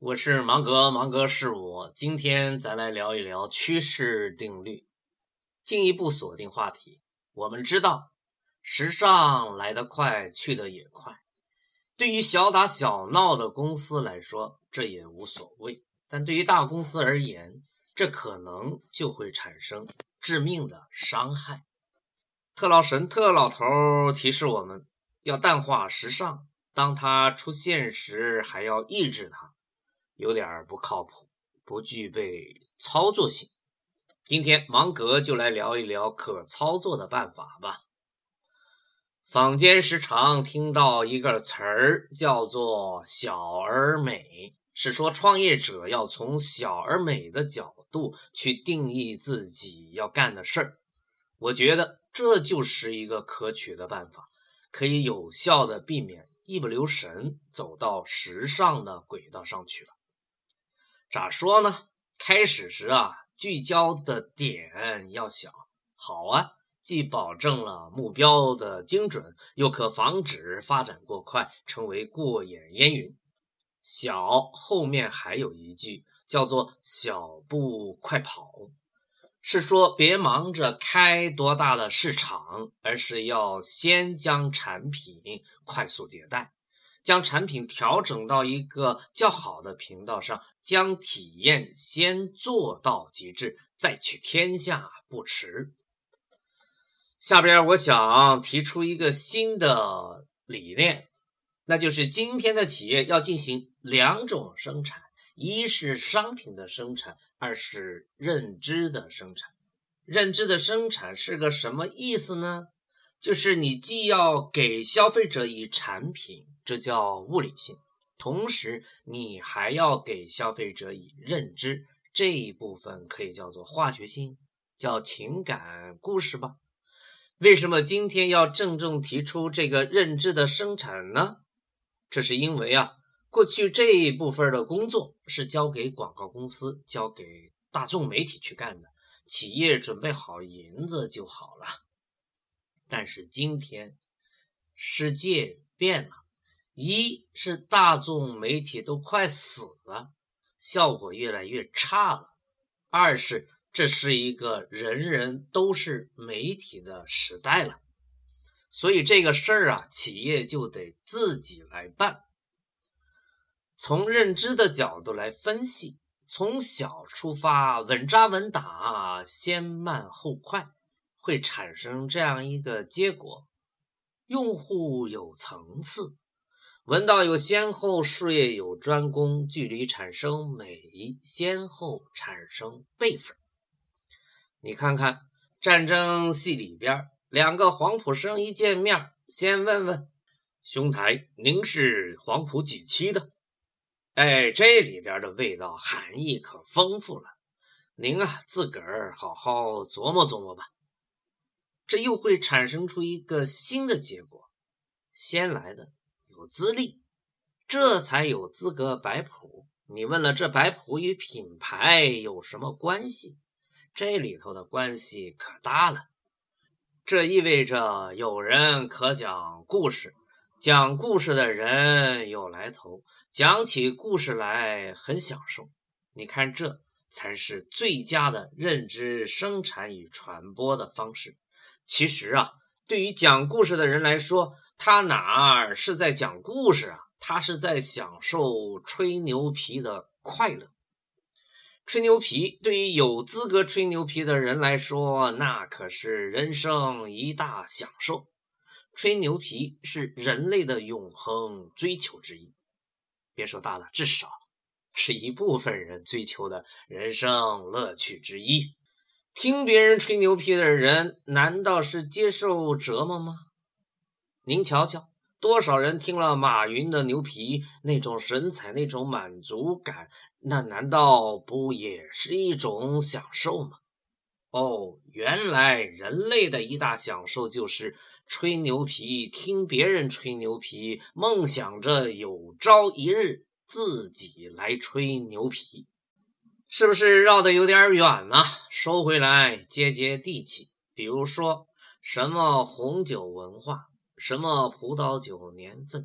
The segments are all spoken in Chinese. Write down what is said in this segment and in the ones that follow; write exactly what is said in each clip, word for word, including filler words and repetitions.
我是芒格，芒格是我。今天咱来聊一聊趋势定律，进一步锁定话题。我们知道，时尚来得快，去得也快。对于小打小闹的公司来说，这也无所谓，但对于大公司而言，这可能就会产生致命的伤害。特老神特老头提示我们要淡化时尚，当它出现时还要抑制它，有点不靠谱，不具备操作性。今天芒格就来聊一聊可操作的办法吧。坊间时常听到一个词儿叫做小而美，是说创业者要从小而美的角度去定义自己要干的事儿。我觉得这就是一个可取的办法，可以有效的避免一不留神走到时尚的轨道上去了。咋说呢？开始时啊，聚焦的点要小，好啊，既保证了目标的精准，又可防止发展过快，成为过眼烟云。小后面还有一句叫做小步快跑，是说别忙着开多大的市场，而是要先将产品快速迭代，将产品调整到一个较好的频道上，将体验先做到极致，再取天下不迟。下边我想提出一个新的理念，那就是今天的企业要进行两种生产，一是商品的生产，二是认知的生产。认知的生产是个什么意思呢？就是你既要给消费者以产品，这叫物理性，同时你还要给消费者以认知，这一部分可以叫做化学性，叫情感故事吧。为什么今天要郑重提出这个认知的生产呢？这是因为啊，过去这一部分的工作是交给广告公司，交给大众媒体去干的，企业准备好银子就好了。但是今天世界变了，一是大众媒体都快死了，效果越来越差了，二是这是一个人人都是媒体的时代了，所以这个事儿啊，企业就得自己来办。从认知的角度来分析，从小出发，稳扎稳打，先慢后快，会产生这样一个结果：用户有层次，闻道有先后，术业有专攻，距离产生美，先后产生辈分。你看看战争戏里边，两个黄埔生一见面，先问问兄台，您是黄埔几期的？哎，这里边的味道含义可丰富了，您啊自个儿好好琢磨琢磨吧。这又会产生出一个新的结果，先来的有资历，这才有资格摆谱。你问了，这摆谱与品牌有什么关系？这里头的关系可大了。这意味着有人可讲故事，讲故事的人有来头，讲起故事来很享受。你看，这才是最佳的认知生产与传播的方式。其实啊，对于讲故事的人来说，他哪是在讲故事啊，他是在享受吹牛皮的快乐。吹牛皮对于有资格吹牛皮的人来说，那可是人生一大享受。吹牛皮是人类的永恒追求之一，别说大了，至少是一部分人追求的人生乐趣之一。听别人吹牛皮的人，难道是接受折磨吗？您瞧瞧，多少人听了马云的牛皮，那种神采，那种满足感，那难道不也是一种享受吗？哦，原来人类的一大享受就是吹牛皮，听别人吹牛皮，梦想着有朝一日自己来吹牛皮。是不是绕得有点远呢？收回来接接地气。比如说什么红酒文化，什么葡萄酒年份，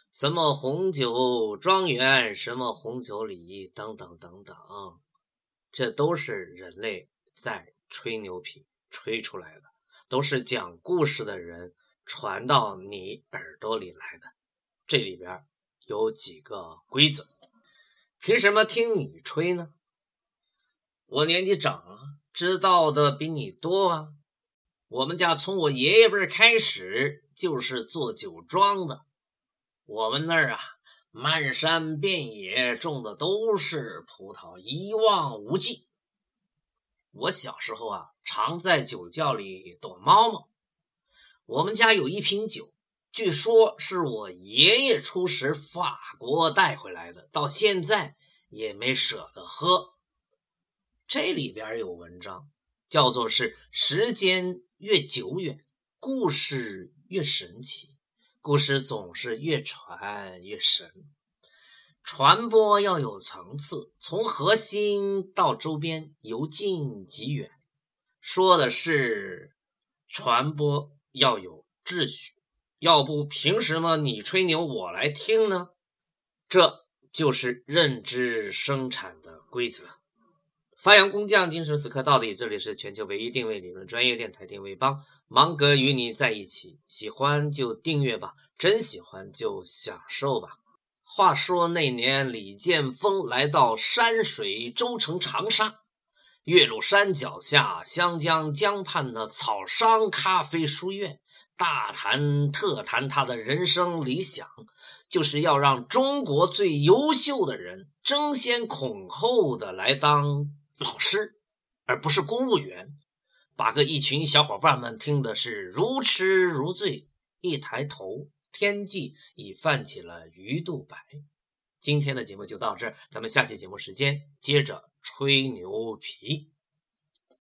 什么红酒庄园，什么红酒里等等等等，这都是人类在吹牛皮吹出来的，都是讲故事的人传到你耳朵里来的。这里边有几个规则，凭什么听你吹呢？我年纪长了，知道的比你多啊。我们家从我爷爷辈开始就是做酒庄的，我们那儿啊，漫山遍野种的都是葡萄，一望无际。我小时候啊，常在酒窖里躲猫猫。我们家有一瓶酒，据说是我爷爷出使法国带回来的，到现在也没舍得喝。这里边有文章，叫做是时间越久远，故事越神奇，故事总是越传越神。传播要有层次，从核心到周边，由近及远。说的是传播要有秩序，要不凭什么你吹牛我来听呢？这就是认知生产的规则。发扬工匠精神，死磕到底。这里是全球唯一定位理论专业电台定位帮，芒格与你在一起，喜欢就订阅吧，真喜欢就享受吧。话说那年李建峰来到山水州城长沙，岳麓山脚下湘江江畔的草商咖啡书院，大谈特谈他的人生理想，就是要让中国最优秀的人争先恐后的来当老师，而不是公务员。把个一群小伙伴们听的是如痴如醉，一抬头天际已泛起了鱼肚白。今天的节目就到这儿，咱们下期节目时间接着吹牛皮。